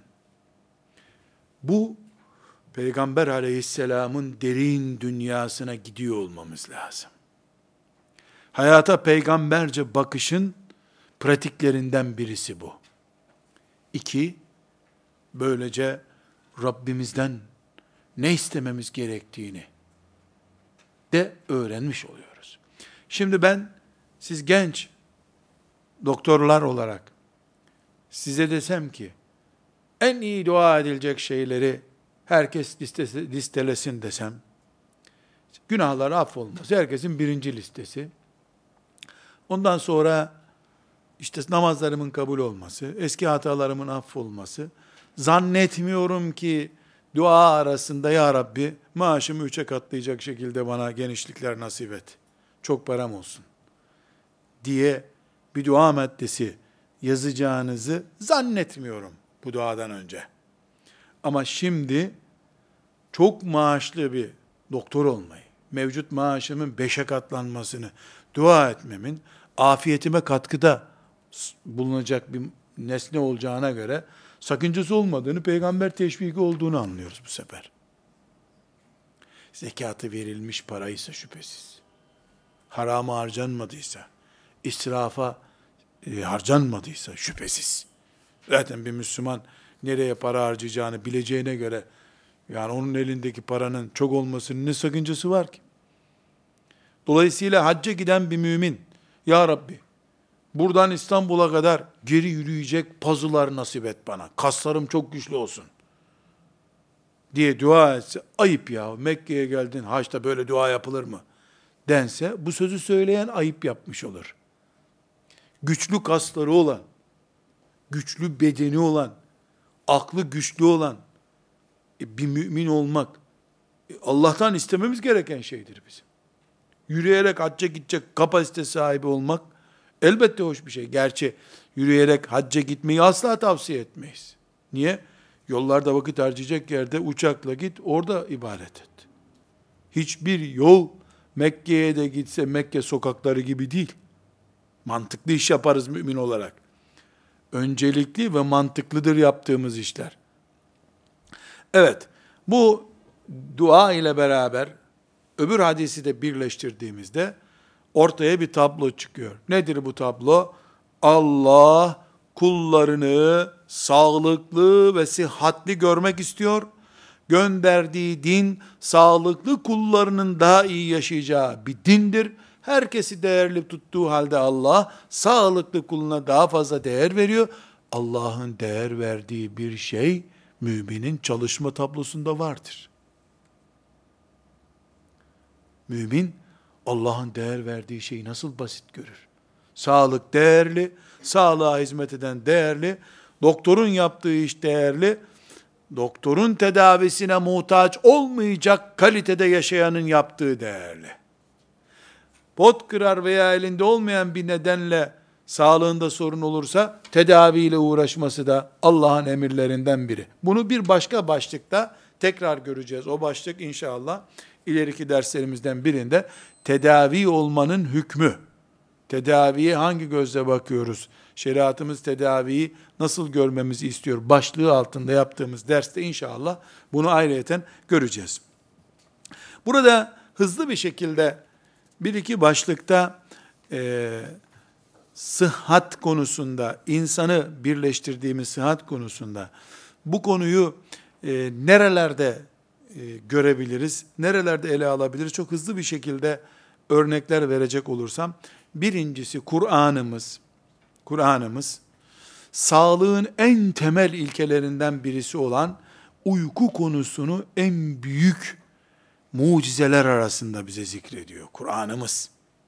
Speaker 1: bu Peygamber aleyhisselamın derin dünyasına gidiyor olmamız lazım. Hayata peygamberce bakışın pratiklerinden birisi bu. 2, böylece Rabbimizden ne istememiz gerektiğini de öğrenmiş oluyoruz. Şimdi siz genç doktorlar olarak size desem ki, en iyi dua edilecek şeyleri herkes listelesin desem, günahları affolması herkesin birinci listesi. Ondan sonra işte namazlarımın kabul olması, eski hatalarımın affolması, zannetmiyorum ki dua arasında ya Rabbi maaşımı 3'e katlayacak şekilde bana genişlikler nasip et, çok param olsun diye bir dua maddesi yazacağınızı zannetmiyorum bu duadan önce. Ama şimdi çok maaşlı bir doktor olmayı, mevcut maaşımın 5'e katlanmasını dua etmemin afiyetime katkıda bulunacak bir nesne olacağına göre sakıncası olmadığını, peygamber teşviki olduğunu anlıyoruz bu sefer. Zekatı verilmiş paraysa şüphesiz, harama harcanmadıysa, israfa harcanmadıysa şüphesiz. Zaten bir Müslüman nereye para harcayacağını bileceğine göre, yani onun elindeki paranın çok olmasının ne sakıncası var ki? Dolayısıyla hacca giden bir mümin, ya Rabbi, buradan İstanbul'a kadar geri yürüyecek pazılar nasip et bana. Kaslarım çok güçlü olsun diye dua etse, ayıp ya, Mekke'ye geldin, haçta böyle dua yapılır mı dense, bu sözü söyleyen ayıp yapmış olur. Güçlü kasları olan, güçlü bedeni olan, aklı güçlü olan bir mümin olmak, Allah'tan istememiz gereken şeydir bizim. Yürüyerek hacca gidecek kapasite sahibi olmak, elbette hoş bir şey. Gerçi yürüyerek hacca gitmeyi asla tavsiye etmeyiz. Niye? Yollarda vakit harcayacak yerde uçakla git, orada ibadet et. Hiçbir yol Mekke'ye de gitse Mekke sokakları gibi değil. Mantıklı iş yaparız mümin olarak. Öncelikli ve mantıklıdır yaptığımız işler. Evet, bu dua ile beraber öbür hadisi de birleştirdiğimizde ortaya bir tablo çıkıyor. Nedir bu tablo? Allah kullarını sağlıklı ve sıhhatli görmek istiyor. Gönderdiği din sağlıklı kullarının daha iyi yaşayacağı bir dindir. Herkesi değerli tuttuğu halde Allah sağlıklı kuluna daha fazla değer veriyor. Allah'ın değer verdiği bir şey müminin çalışma tablosunda vardır. Mümin Allah'ın değer verdiği şeyi nasıl basit görür? Sağlık değerli, sağlığa hizmet eden değerli, doktorun yaptığı iş değerli, doktorun tedavisine muhtaç olmayacak kalitede yaşayanın yaptığı değerli. Pot kırar veya elinde olmayan bir nedenle sağlığında sorun olursa tedaviyle uğraşması da Allah'ın emirlerinden biri. Bunu bir başka başlıkta tekrar göreceğiz. O başlık inşallah ileriki derslerimizden birinde tedavi olmanın hükmü. Tedaviye hangi gözle bakıyoruz? Şeriatımız tedaviyi nasıl görmemizi istiyor? Başlığı altında yaptığımız derste inşallah bunu ayrıyeten göreceğiz. Burada hızlı bir şekilde bir iki başlıkta sıhhat konusunda, insanı birleştirdiğimiz sıhhat konusunda bu konuyu nerelerde görebiliriz, nerelerde ele alabiliriz? Çok hızlı bir şekilde örnekler verecek olursam, birincisi Kur'an'ımız sağlığın en temel ilkelerinden birisi olan uyku konusunu en büyük mucizeler arasında bize zikrediyor Kur'an'ımız.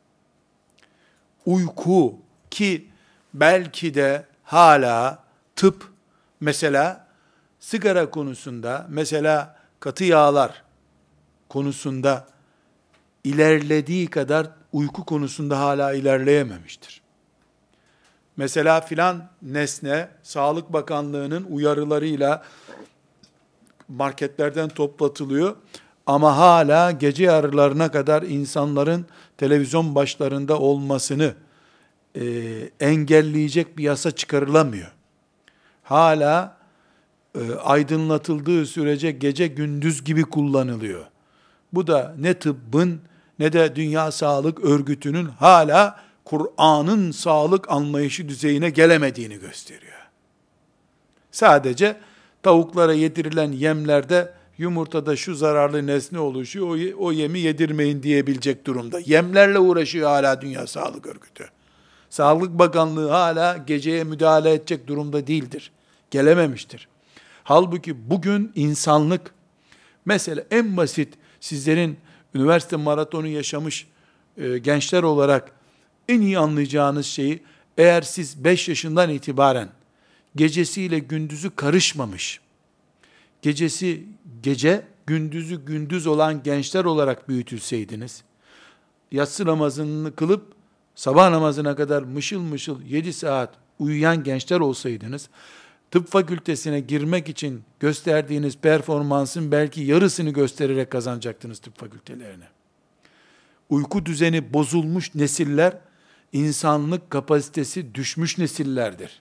Speaker 1: Uyku ki belki de hala tıp, mesela sigara konusunda, mesela katı yağlar konusunda ilerlediği kadar uyku konusunda hala ilerleyememiştir. Mesela filan nesne Sağlık Bakanlığı'nın uyarılarıyla marketlerden toplatılıyor ama hala gece yarılarına kadar insanların televizyon başlarında olmasını engelleyecek bir yasa çıkarılamıyor. Hala aydınlatıldığı sürece gece gündüz gibi kullanılıyor. Bu da ne tıbbın ne de Dünya Sağlık Örgütü'nün hala Kur'an'ın sağlık anlayışı düzeyine gelemediğini gösteriyor. Sadece tavuklara yedirilen yemlerde yumurtada şu zararlı nesne oluşuyor, o yemi yedirmeyin diyebilecek durumda. Yemlerle uğraşıyor hala Dünya Sağlık Örgütü. Sağlık Bakanlığı hala geceye müdahale edecek durumda değildir. Gelememiştir. Halbuki bugün insanlık, mesela en basit, sizlerin üniversite maratonu yaşamış gençler olarak en iyi anlayacağınız şeyi, eğer siz 5 yaşından itibaren gecesiyle gündüzü karışmamış, gecesi gece, gündüzü gündüz olan gençler olarak büyütülseydiniz, yatsı namazını kılıp sabah namazına kadar mışıl mışıl 7 saat uyuyan gençler olsaydınız, tıp fakültesine girmek için gösterdiğiniz performansın belki yarısını göstererek kazanacaktınız tıp fakültelerine. Uyku düzeni bozulmuş nesiller, insanlık kapasitesi düşmüş nesillerdir.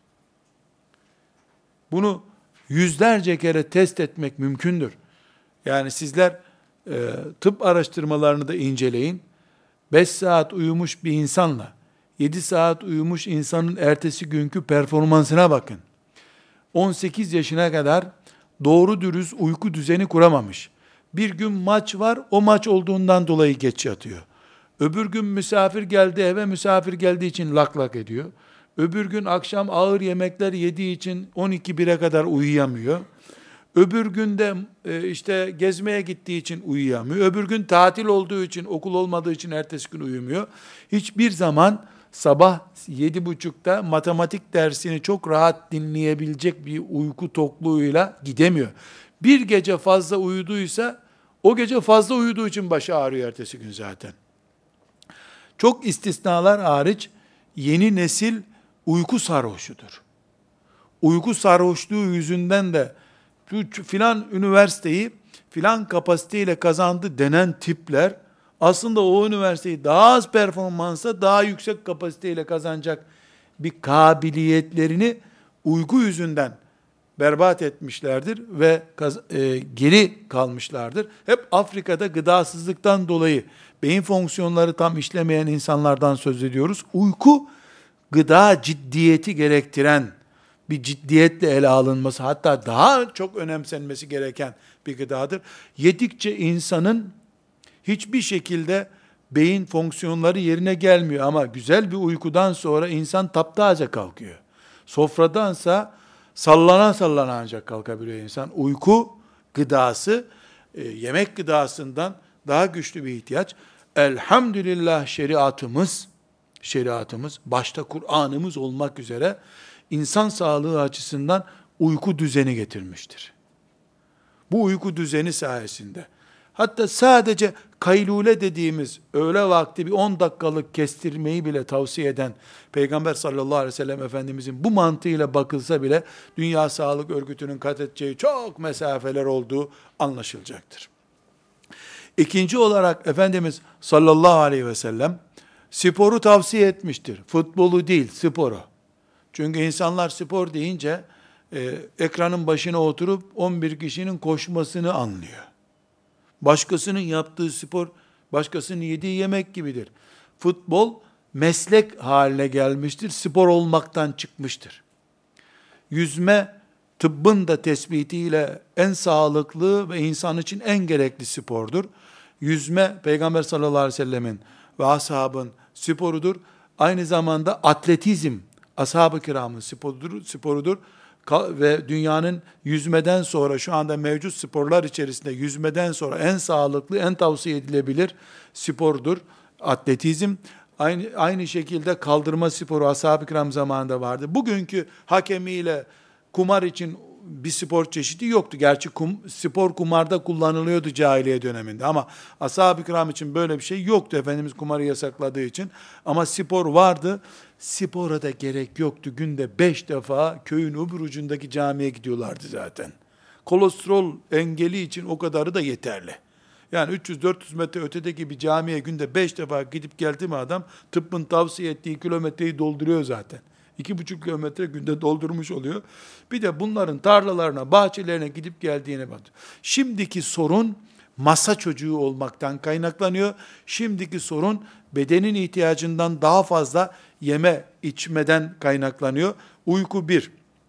Speaker 1: Bunu yüzlerce kere test etmek mümkündür. Yani sizler tıp araştırmalarını da inceleyin. 5 saat uyumuş bir insanla 7 saat uyumuş insanın ertesi günkü performansına bakın. 18 yaşına kadar doğru dürüst uyku düzeni kuramamış. Bir gün maç var, o maç olduğundan dolayı geç yatıyor. Öbür gün misafir geldi eve, misafir geldiği için lak lak ediyor. Öbür gün akşam ağır yemekler yediği için 12-1'e kadar uyuyamıyor. Öbür günde işte gezmeye gittiği için uyuyamıyor. Öbür gün tatil olduğu için, okul olmadığı için ertesi gün uyumuyor. Hiçbir zaman sabah 7.30'da matematik dersini çok rahat dinleyebilecek bir uyku tokluğuyla gidemiyor. Bir gece fazla uyuduysa, o gece fazla uyuduğu için başı ağrıyor ertesi gün zaten. Çok istisnalar hariç yeni nesil uyku sarhoşudur. Uyku sarhoşluğu yüzünden de filan üniversiteyi filan kapasiteyle kazandı denen tipler aslında o üniversiteyi daha az performansa daha yüksek kapasiteyle kazanacak bir kabiliyetlerini uyku yüzünden berbat etmişlerdir ve geri kalmışlardır. Hep Afrika'da gıdasızlıktan dolayı beyin fonksiyonları tam işlemeyen insanlardan söz ediyoruz. Uyku gıda ciddiyeti gerektiren bir ciddiyetle ele alınması, hatta daha çok önemsenmesi gereken bir gıdadır. Yedikçe insanın hiçbir şekilde beyin fonksiyonları yerine gelmiyor ama güzel bir uykudan sonra insan taptaze kalkıyor. Sofradansa sallana sallana ancak kalkabiliyor insan. Uyku gıdası, yemek gıdasından daha güçlü bir ihtiyaç. Elhamdülillah şeriatımız, başta Kur'an'ımız olmak üzere insan sağlığı açısından uyku düzeni getirmiştir. Bu uyku düzeni sayesinde, hatta sadece kaylule dediğimiz öğle vakti bir 10 dakikalık kestirmeyi bile tavsiye eden Peygamber sallallahu aleyhi ve sellem Efendimizin bu mantığıyla bakılsa bile Dünya Sağlık Örgütü'nün kat edeceği çok mesafeler olduğu anlaşılacaktır. İkinci olarak Efendimiz sallallahu aleyhi ve sellem sporu tavsiye etmiştir. Futbolu değil, sporu. Çünkü insanlar spor deyince ekranın başına oturup 11 kişinin koşmasını anlıyor. Başkasının yaptığı spor, başkasının yediği yemek gibidir. Futbol meslek haline gelmiştir, spor olmaktan çıkmıştır. Yüzme, tıbbın da tespitiyle en sağlıklı ve insan için en gerekli spordur. Yüzme, Peygamber sallallahu aleyhi ve sellemin ve ashabın sporudur. Aynı zamanda atletizm, ashab-ı kiramın sporudur. Ve dünyanın yüzmeden sonra, şu anda mevcut sporlar içerisinde yüzmeden sonra en sağlıklı, en tavsiye edilebilir spordur atletizm. Aynı şekilde kaldırma sporu ashab-ı kiram zamanında vardı. Bugünkü hakemiyle kumar için bir spor çeşidi yoktu. Gerçi spor kumarda kullanılıyordu cahiliye döneminde ama ashab-ı kiram için böyle bir şey yoktu. Efendimiz kumarı yasakladığı için. Ama spor vardı. Spora da gerek yoktu. Günde 5 defa köyün öbür ucundaki camiye gidiyorlardı zaten. Kolesterol engeli için o kadarı da yeterli. Yani 300-400 metre ötedeki bir camiye günde 5 defa gidip geldi mi adam, tıbbın tavsiye ettiği kilometreyi dolduruyor zaten. 2,5 kilometre günde doldurmuş oluyor. Bir de bunların tarlalarına, bahçelerine gidip geldiğine bak. Şimdiki sorun masa çocuğu olmaktan kaynaklanıyor. Şimdiki sorun bedenin ihtiyacından daha fazla yeme içmeden kaynaklanıyor. Uyku 1,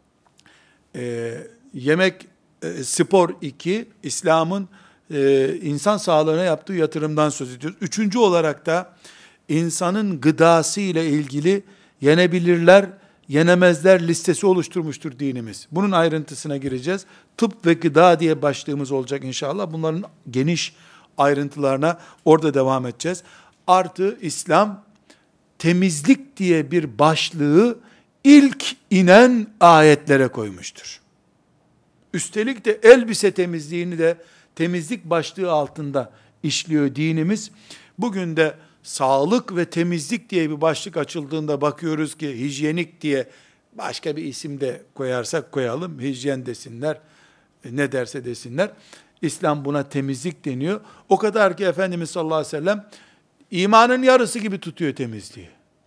Speaker 1: yemek, spor 2, İslam'ın insan sağlığına yaptığı yatırımdan söz ediyoruz. Üçüncü olarak da insanın gıdası ile ilgili yenebilirler, yenemezler listesi oluşturmuştur dinimiz. Bunun ayrıntısına gireceğiz. Tıp ve gıda diye başlığımız olacak inşallah. Bunların geniş ayrıntılarına orada devam edeceğiz. Artı İslam temizlik diye bir başlığı ilk inen ayetlere koymuştur. Üstelik de elbise temizliğini de temizlik başlığı altında işliyor dinimiz. Bugün de sağlık ve temizlik diye bir başlık açıldığında bakıyoruz ki hijyenik diye başka bir isim de koyarsak koyalım, hijyen desinler, ne derse desinler. İslam buna temizlik deniyor. O kadar ki Efendimiz sallallahu aleyhi ve sellem imanın yarısı gibi tutuyor temizliği.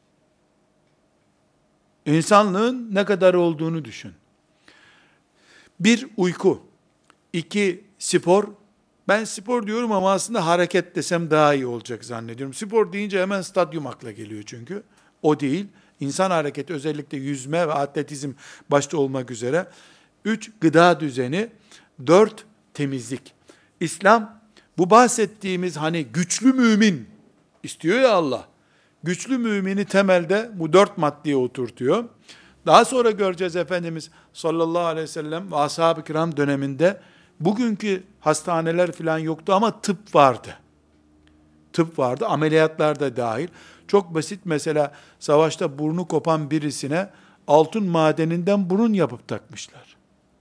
Speaker 1: İnsanlığın ne kadar olduğunu düşün. 1, uyku. 2, spor. Ben spor diyorum ama aslında hareket desem daha iyi olacak zannediyorum. Spor deyince hemen stadyum akla geliyor çünkü. O değil. İnsan hareketi, özellikle yüzme ve atletizm başta olmak üzere. 3, gıda düzeni. 4, temizlik. İslam bu bahsettiğimiz hani güçlü mümin istiyor ya Allah. Güçlü mümini temelde bu 4 maddeye oturtuyor. Daha sonra göreceğiz Efendimiz sallallahu aleyhi ve sellem ve ashab-ı kiram döneminde bugünkü hastaneler falan yoktu ama tıp vardı. Tıp vardı, ameliyatlar da dahil. Çok basit, mesela savaşta burnu kopan birisine altın madeninden burun yapıp takmışlar.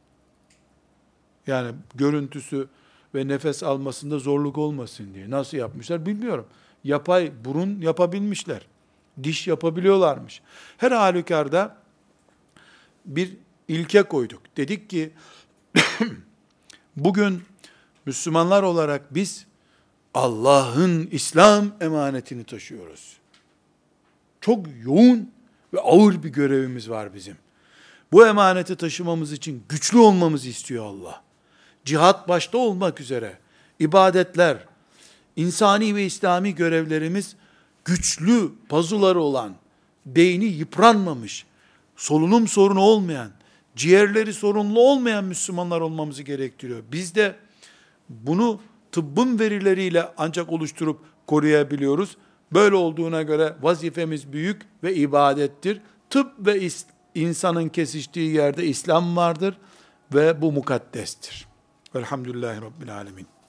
Speaker 1: Yani görüntüsü ve nefes almasında zorluk olmasın diye. Nasıl yapmışlar bilmiyorum. Yapay burun yapabilmişler. Diş yapabiliyorlarmış. Her halükarda bir ilke koyduk. Dedik ki bugün Müslümanlar olarak biz Allah'ın İslam emanetini taşıyoruz. Çok yoğun ve ağır bir görevimiz var bizim. Bu emaneti taşımamız için güçlü olmamızı istiyor Allah. Cihat başta olmak üzere ibadetler, insani ve İslami görevlerimiz güçlü pazuları olan, beyni yıpranmamış, solunum sorunu olmayan, ciğerleri sorunlu olmayan Müslümanlar olmamızı gerektiriyor. Biz de bunu tıbbın verileriyle ancak oluşturup koruyabiliyoruz. Böyle olduğuna göre vazifemiz büyük ve ibadettir. Tıp ve insanın kesiştiği yerde İslam vardır ve bu mukaddestir. Velhamdülillahi Rabbil Alemin.